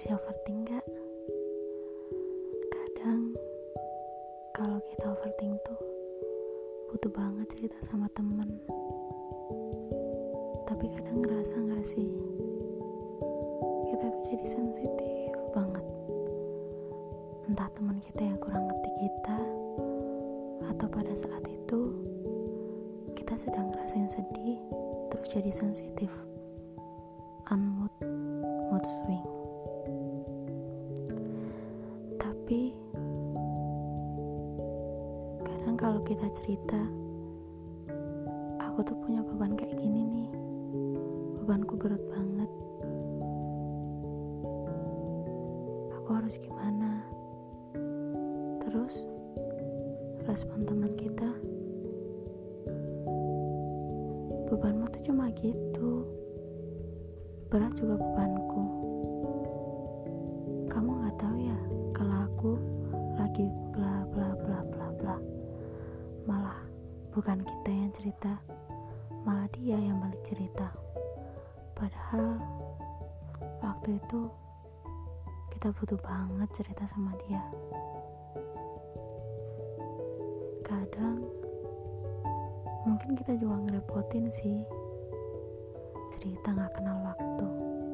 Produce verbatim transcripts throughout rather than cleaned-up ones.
Masih overthink gak? Kadang kalau kita overthink tuh butuh banget cerita sama temen. Tapi kadang ngerasa gak sih kita tuh jadi sensitif banget. Entah teman kita yang kurang ngerti kita, atau pada saat itu kita sedang ngerasain sedih terus jadi sensitif, unmood, mood swing. Tapi kadang kalau kita cerita, aku tuh punya beban kayak gini nih, bebanku berat banget, aku harus gimana? Terus respon teman kita, bebanmu tuh cuma gitu, berat juga bebanku. Kamu gak tahu ya kalau aku lagi bla bla bla bla bla. Malah bukan kita yang cerita, malah dia yang balik cerita. Padahal waktu itu kita butuh banget cerita sama dia. Kadang mungkin kita juga ngerepotin sih, cerita gak kenal waktu.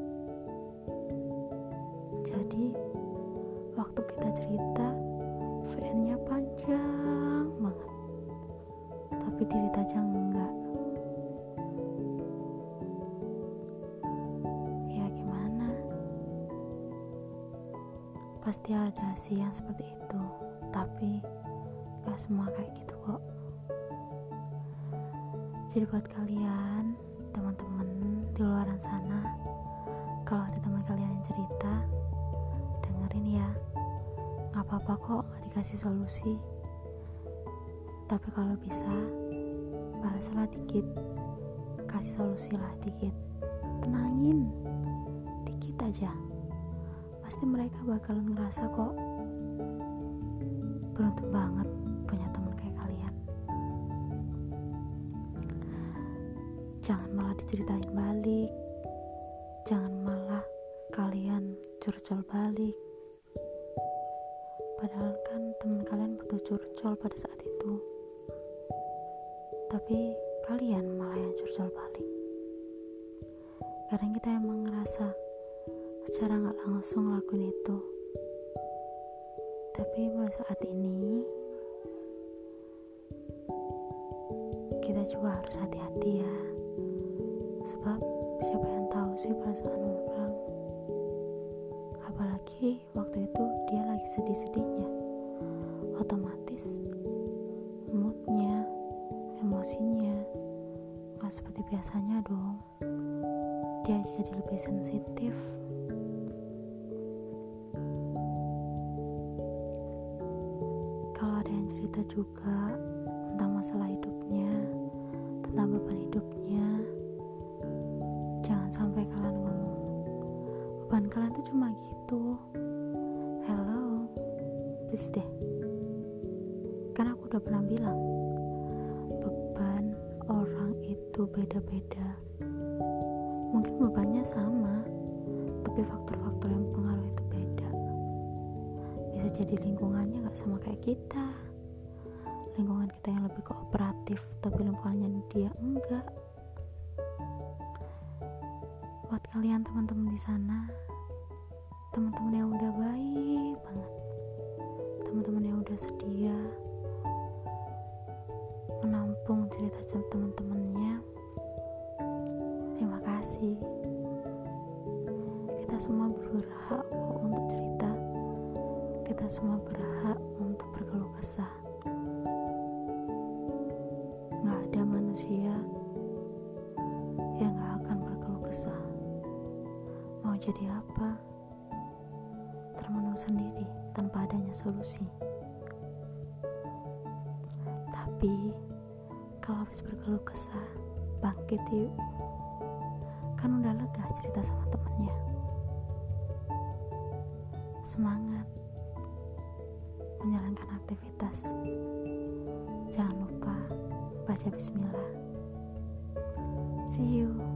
Jadi waktu kita cerita V N-nya panjang banget, tapi diri aja enggak. Ya gimana, pasti ada sih yang seperti itu, tapi gak semua kayak gitu kok. Jadi buat kalian, teman-teman di luar sana, kalau ada teman kalian yang cerita, dengerin ya. Gak apa-apa kok dikasih solusi, tapi kalau bisa balaslah dikit, kasih solusi lah dikit, tenangin dikit aja. Pasti mereka bakalan ngerasa kok beruntung banget punya teman kayak kalian. Jangan malah diceritain balik, jangan malah kalian curcol balik. Padahal kan teman kalian butuh curcol pada saat itu, tapi kalian malah yang curcol balik. Kadang kita emang ngerasa secara gak langsung lakuin itu, tapi mulai saat ini kita juga harus hati-hati ya. Sebab siapa yang tahu sih perasaan orang. Apalagi waktu itu dia lagi sedih-sedihnya, otomatis moodnya, emosinya gak seperti biasanya dong. Dia jadi lebih sensitif. Kalau ada yang cerita juga tentang masalah hidupnya, tentang beban hidupnya, jangan sampai kalian ngomong beban kalian tuh cuma gitu. Hello, please deh. Kan aku udah pernah bilang, beban orang itu beda-beda. Mungkin bebannya sama, tapi faktor-faktor yang pengaruh itu beda. Bisa jadi lingkungannya gak sama kayak kita, lingkungan kita yang lebih kooperatif, tapi lingkungannya dia enggak. Buat kalian teman-teman di sana, teman-teman yang udah baik banget, teman-teman yang udah sedia menampung cerita teman-temannya, terima kasih. Kita semua berhak kok untuk cerita, kita semua berhak untuk berkeluh kesah. Gak ada manusia yang gak akan berkeluh kesah. Mau jadi apa? Termenung sendiri tanpa adanya solusi. Tapi kalau habis berkeluh kesah, bangkit yuk. Kan udah lega cerita sama temennya. Semangat menjalankan aktivitas. Jangan lupa baca bismillah. See you.